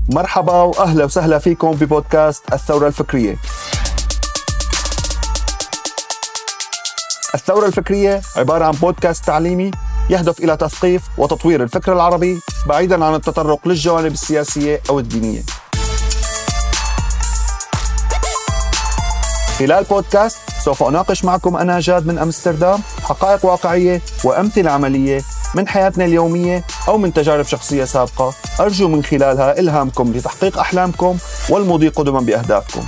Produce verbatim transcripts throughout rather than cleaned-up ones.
مرحبا وأهلا وسهلا فيكم ببودكاست الثورة الفكرية. الثورة الفكرية عبارة عن بودكاست تعليمي يهدف إلى تثقيف وتطوير الفكر العربي بعيداً عن التطرق للجوانب السياسية أو الدينية. خلال بودكاست سوف أناقش معكم أنا جاد من أمستردام حقائق واقعية وأمثلة عملية من حياتنا اليومية أو من تجارب شخصية سابقة، أرجو من خلالها إلهامكم لتحقيق أحلامكم والمضي قدما بأهدافكم.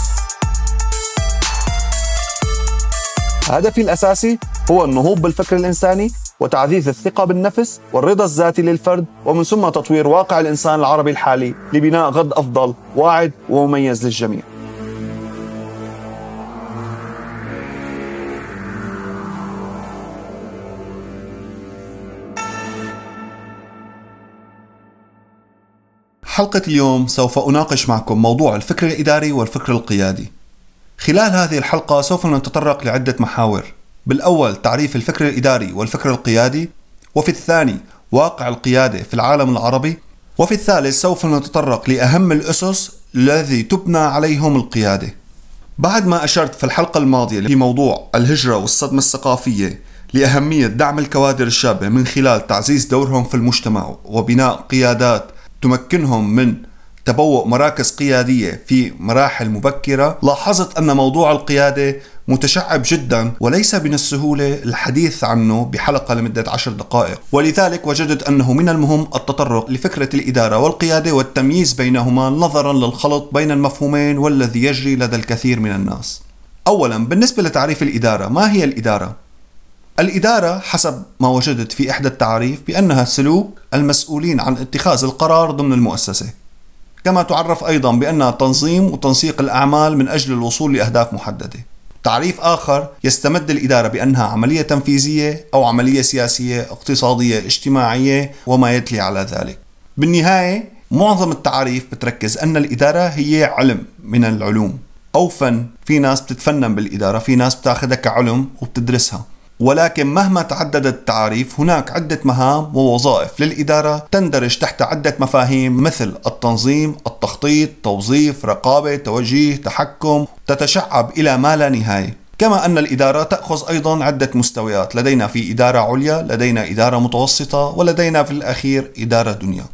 هدفي الأساسي هو النهوض بالفكر الإنساني وتعزيز الثقة بالنفس والرضا الذاتي للفرد، ومن ثم تطوير واقع الإنسان العربي الحالي لبناء غد أفضل واعد ومميز للجميع. حلقة اليوم سوف أناقش معكم موضوع الفكر الإداري والفكر القيادي. خلال هذه الحلقة سوف نتطرق لعدة محاور. بالأول تعريف الفكر الإداري والفكر القيادي، وفي الثاني واقع القيادة في العالم العربي، وفي الثالث سوف نتطرق لأهم الأسس الذي تبنى عليهم القيادة. بعد ما أشرت في الحلقة الماضية في موضوع الهجرة والصدمة الثقافية لأهمية دعم الكوادر الشابة من خلال تعزيز دورهم في المجتمع وبناء قيادات تمكنهم من تبوء مراكز قيادية في مراحل مبكرة، لاحظت أن موضوع القيادة متشعب جدا وليس من السهولة الحديث عنه بحلقة لمدة عشر دقائق، ولذلك وجدت أنه من المهم التطرق لفكرة الإدارة والقيادة والتمييز بينهما نظرا للخلط بين المفهومين والذي يجري لدى الكثير من الناس. أولا، بالنسبة لتعريف الإدارة، ما هي الإدارة؟ الإدارة حسب ما وجدت في إحدى التعريف بأنها سلوك المسؤولين عن اتخاذ القرار ضمن المؤسسة، كما تعرف أيضا بأنها تنظيم وتنسيق الأعمال من أجل الوصول لأهداف محددة. تعريف آخر يستمد الإدارة بأنها عملية تنفيذية أو عملية سياسية اقتصادية اجتماعية وما يتلي على ذلك. بالنهاية معظم التعريف بتركز أن الإدارة هي علم من العلوم أو فن. في ناس بتتفنن بالإدارة، في ناس بتاخدها كعلم وبتدرسها، ولكن مهما تعددت التعاريف هناك عدة مهام ووظائف للإدارة تندرج تحت عدة مفاهيم مثل التنظيم، التخطيط، توظيف، رقابة، توجيه، تحكم، تتشعب إلى ما لا نهاية. كما أن الإدارة تأخذ أيضا عدة مستويات، لدينا في إدارة عليا، لدينا إدارة متوسطة، ولدينا في الأخير إدارة دنيا.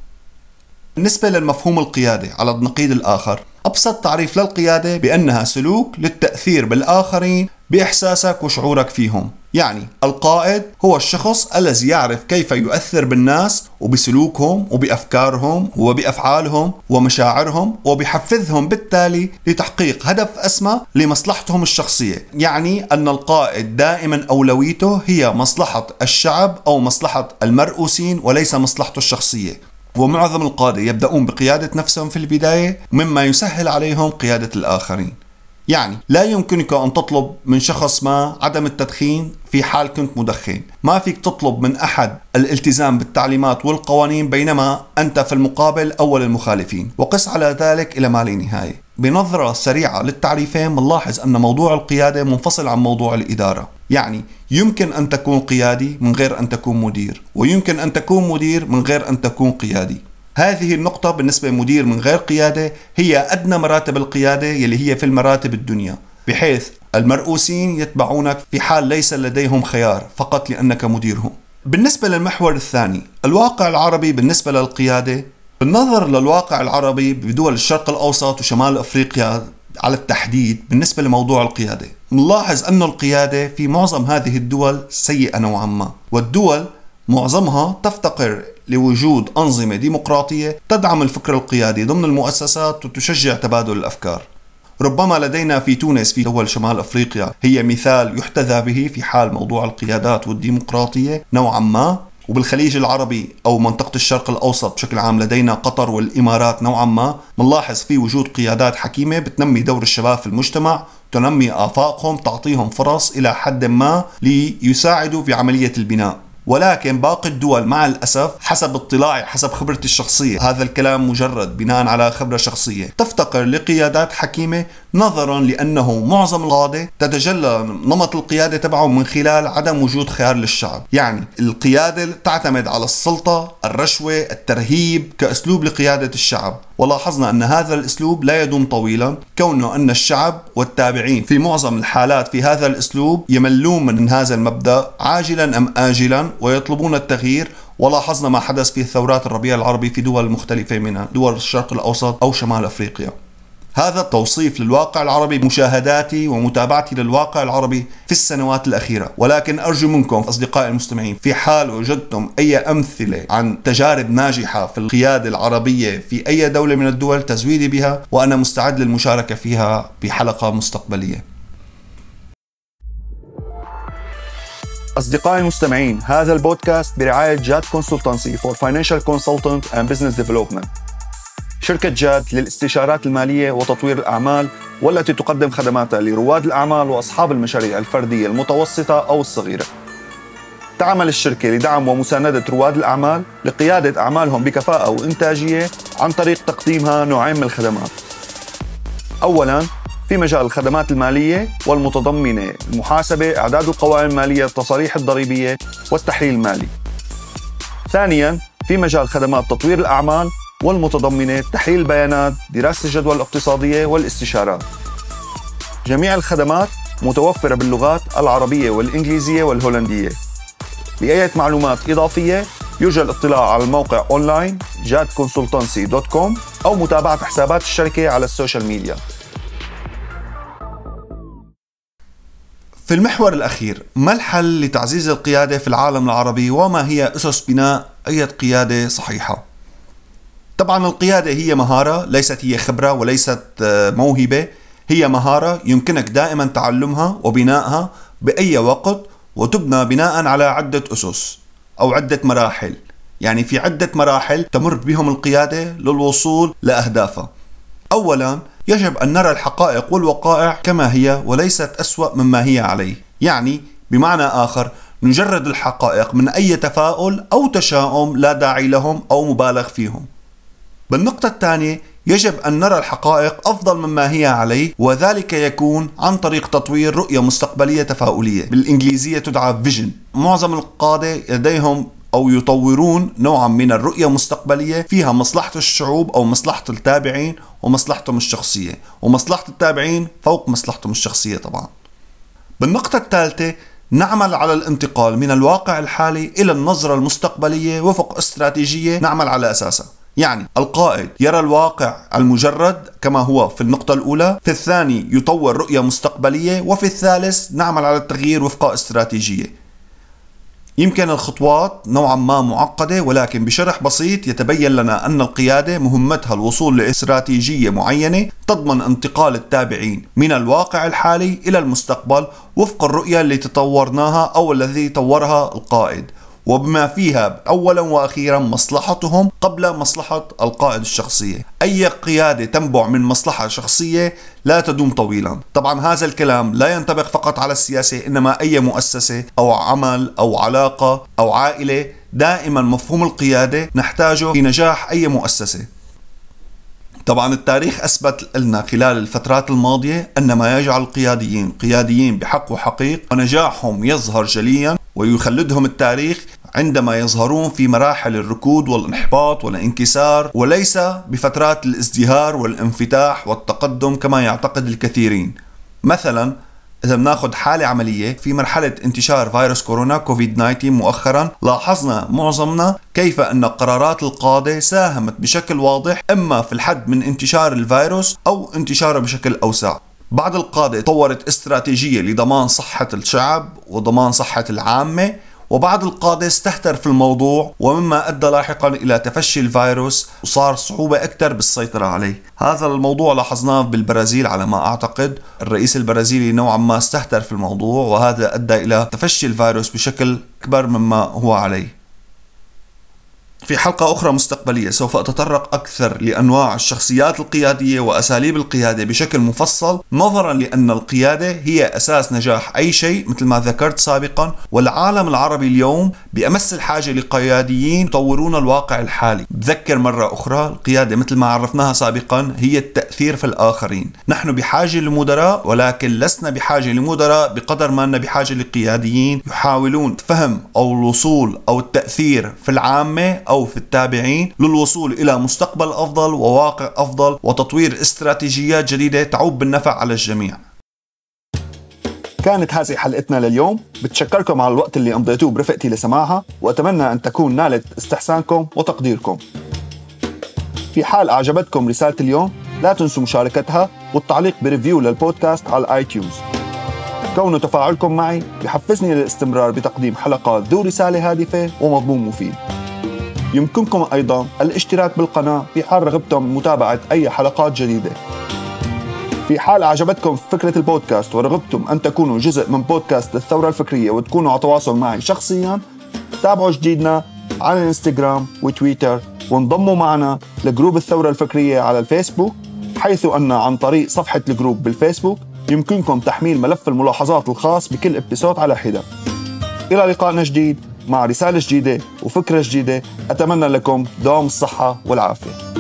بالنسبة للمفهوم القيادة على النقيض الآخر، أبسط تعريف للقيادة بأنها سلوك للتأثير بالآخرين بإحساسك وشعورك فيهم. يعني القائد هو الشخص الذي يعرف كيف يؤثر بالناس وبسلوكهم وبأفكارهم وبأفعالهم ومشاعرهم، وبيحفزهم بالتالي لتحقيق هدف أسمى لمصلحتهم الشخصية. يعني أن القائد دائما أولويته هي مصلحة الشعب أو مصلحة المرؤوسين وليس مصلحته الشخصية. ومعظم القادة يبدأون بقيادة نفسهم في البداية، مما يسهل عليهم قيادة الآخرين. يعني لا يمكنك أن تطلب من شخص ما عدم التدخين في حال كنت مدخن، ما فيك تطلب من أحد الالتزام بالتعليمات والقوانين بينما أنت في المقابل أول المخالفين، وقس على ذلك إلى ما لا نهاية. بنظرة سريعة للتعريفين بنلاحظ أن موضوع القيادة منفصل عن موضوع الإدارة. يعني يمكن أن تكون قيادي من غير أن تكون مدير، ويمكن أن تكون مدير من غير أن تكون قيادي. هذه النقطة بالنسبة لمدير من غير قيادة هي أدنى مراتب القيادة يلي هي في المراتب الدنيا، بحيث المرؤوسين يتبعونك في حال ليس لديهم خيار فقط لأنك مديرهم. بالنسبة للمحور الثاني، الواقع العربي بالنسبة للقيادة، بالنظر للواقع العربي بدول الشرق الأوسط وشمال أفريقيا على التحديد بالنسبة لموضوع القيادة، نلاحظ أن القيادة في معظم هذه الدول سيئة نوعا ما، والدول معظمها تفتقر لوجود أنظمة ديمقراطية تدعم الفكر القيادي ضمن المؤسسات وتشجع تبادل الأفكار. ربما لدينا في تونس في دول شمال أفريقيا هي مثال يحتذى به في حال موضوع القيادات والديمقراطية نوعا ما، وبالخليج العربي أو منطقة الشرق الأوسط بشكل عام لدينا قطر والإمارات نوعا ما. منلاحظ في وجود قيادات حكيمة بتنمي دور الشباب في المجتمع، تنمي آفاقهم، تعطيهم فرص إلى حد ما ليساعدوا في عملية البناء. ولكن باقي الدول مع الأسف حسب اطلاعي حسب خبرتي الشخصية، هذا الكلام مجرد بناء على خبرة شخصية، تفتقر لقيادات حكيمة نظرا لأنه معظم القادة تتجلى نمط القيادة تبعهم من خلال عدم وجود خيار للشعب. يعني القيادة تعتمد على السلطة، الرشوة، الترهيب كأسلوب لقيادة الشعب، ولاحظنا أن هذا الأسلوب لا يدوم طويلا، كونه أن الشعب والتابعين في معظم الحالات في هذا الأسلوب يملون من هذا المبدأ عاجلا أم آجلا ويطلبون التغيير. ولاحظنا ما حدث في ثورات الربيع العربي في دول مختلفة منها دول الشرق الأوسط أو شمال أفريقيا. هذا التوصيف للواقع العربي مشاهداتي ومتابعتي للواقع العربي في السنوات الأخيرة، ولكن أرجو منكم أصدقائي المستمعين في حال وجدتم أي أمثلة عن تجارب ناجحة في القيادة العربية في أي دولة من الدول تزويدي بها، وأنا مستعد للمشاركة فيها بحلقة مستقبلية. أصدقائي المستمعين، هذا البودكاست برعاية جاد كونسلتنسي فور فاينانشال كونسلتنت اند بزنس ديفلوبمنت، شركة جاد للاستشارات المالية وتطوير الأعمال، والتي تقدم خدماتها لرواد الأعمال وأصحاب المشاريع الفردية المتوسطة أو الصغيرة. تعمل الشركة لدعم ومساندة رواد الأعمال لقيادة أعمالهم بكفاءة وإنتاجية عن طريق تقديمها نوعين من الخدمات. أولاً، في مجال الخدمات المالية والمتضمنة المحاسبة، إعداد القوائم المالية، التصاريح الضريبية والتحليل المالي. ثانياً، في مجال خدمات تطوير الأعمال والمتضمنة تحليل البيانات، دراسة الجدوى الاقتصادية والاستشارات. جميع الخدمات متوفرة باللغات العربية والإنجليزية والهولندية. لأي معلومات إضافية يرجى الاطلاع على الموقع أونلاين جاد كونسلتنسي دوت كوم أو متابعة حسابات الشركة على السوشيال ميديا. في المحور الأخير، ما الحل لتعزيز القيادة في العالم العربي وما هي أسس بناء أي قيادة صحيحة؟ طبعا القيادة هي مهارة، ليست هي خبرة وليست موهبة، هي مهارة يمكنك دائما تعلمها وبنائها بأي وقت، وتبنى بناء على عدة أسس أو عدة مراحل. يعني في عدة مراحل تمر بهم القيادة للوصول لأهدافها. أولا، يجب أن نرى الحقائق والوقائع كما هي وليست أسوأ مما هي عليه. يعني بمعنى آخر، نجرد الحقائق من أي تفاؤل أو تشاؤم لا داعي لهم أو مبالغ فيهم. بالنقطة الثانية، يجب أن نرى الحقائق أفضل مما هي عليه، وذلك يكون عن طريق تطوير رؤية مستقبلية تفاؤلية، بالإنجليزية تدعى فيجن. معظم القادة لديهم أو يطورون نوعا من الرؤية المستقبلية فيها مصلحة الشعوب أو مصلحة التابعين ومصلحتهم الشخصية، ومصلحة التابعين فوق مصلحتهم الشخصية طبعا. بالنقطة الثالثة، نعمل على الانتقال من الواقع الحالي إلى النظرة المستقبلية وفق استراتيجية نعمل على أساسها. يعني القائد يرى الواقع المجرد كما هو في النقطة الأولى، في الثاني يطور رؤية مستقبلية، وفي الثالث نعمل على التغيير وفق استراتيجية. يمكن الخطوات نوعا ما معقدة، ولكن بشرح بسيط يتبين لنا أن القيادة مهمتها الوصول لاستراتيجية معينة تضمن انتقال التابعين من الواقع الحالي إلى المستقبل وفق الرؤية اللي تطورناها أو الذي طورها القائد، وبما فيها أولا وأخيرا مصلحتهم قبل مصلحة القائد الشخصية. أي قيادة تنبع من مصلحة شخصية لا تدوم طويلا. طبعا هذا الكلام لا ينطبق فقط على السياسة، إنما أي مؤسسة أو عمل أو علاقة أو عائلة، دائما مفهوم القيادة نحتاجه في نجاح أي مؤسسة. طبعا التاريخ أثبت لنا خلال الفترات الماضية أن ما يجعل القياديين قياديين بحق وحقيق ونجاحهم يظهر جليا ويخلدهم التاريخ عندما يظهرون في مراحل الركود والانحباط والانكسار، وليس بفترات الازدهار والانفتاح والتقدم كما يعتقد الكثيرين. مثلا إذا بناخذ حالة عملية في مرحلة انتشار فيروس كورونا كوفيد تسعة عشر مؤخرا، لاحظنا معظمنا كيف أن قرارات القادة ساهمت بشكل واضح إما في الحد من انتشار الفيروس أو انتشاره بشكل أوسع. بعض القادة طورت استراتيجية لضمان صحة الشعب وضمان صحة العامة، وبعض القادة استهتر في الموضوع، ومما أدى لاحقا إلى تفشي الفيروس وصار صعوبة أكثر بالسيطرة عليه. هذا الموضوع لاحظناه بالبرازيل على ما أعتقد، الرئيس البرازيلي نوعا ما استهتر في الموضوع، وهذا أدى إلى تفشي الفيروس بشكل أكبر مما هو عليه. في حلقة أخرى مستقبلية سوف أتطرق أكثر لأنواع الشخصيات القيادية وأساليب القيادة بشكل مفصل، نظرا لأن القيادة هي أساس نجاح أي شيء مثل ما ذكرت سابقا، والعالم العربي اليوم بأمس الحاجة لقياديين يطورون الواقع الحالي. بذكر مرة أخرى، القيادة مثل ما عرفناها سابقا هي التأثير في الآخرين. نحن بحاجة لمدراء، ولكن لسنا بحاجة لمدراء بقدر ما أننا بحاجة لقياديين يحاولون فهم أو الوصول أو التأثير في العامة أو أو في التابعين للوصول إلى مستقبل أفضل وواقع أفضل وتطوير استراتيجيات جديدة تعود بالنفع على الجميع. كانت هذه حلقتنا لليوم. بتشكركم على الوقت اللي امضيتوه برفقتي لسماعها، وأتمنى أن تكون نالت استحسانكم وتقديركم. في حال أعجبتكم رسالة اليوم لا تنسوا مشاركتها والتعليق بريفيو للبودكاست على الآي تيونز. كون تفاعلكم معي يحفزني للاستمرار بتقديم حلقات ذو رسالة هادفة ومضمون مفيد. يمكنكم أيضا الاشتراك بالقناة في حال رغبتم متابعة أي حلقات جديدة. في حال أعجبتكم فكرة البودكاست ورغبتم أن تكونوا جزء من بودكاست الثورة الفكرية وتكونوا على تواصل معي شخصيا، تابعوا جديدنا على الانستغرام وتويتر، وانضموا معنا لجروب الثورة الفكرية على الفيسبوك، حيث أن عن طريق صفحة الجروب بالفيسبوك يمكنكم تحميل ملف الملاحظات الخاص بكل ابتسود على حدة. إلى لقائنا جديد مع رسالة جديدة وفكرة جديدة. أتمنى لكم دوام الصحة والعافية.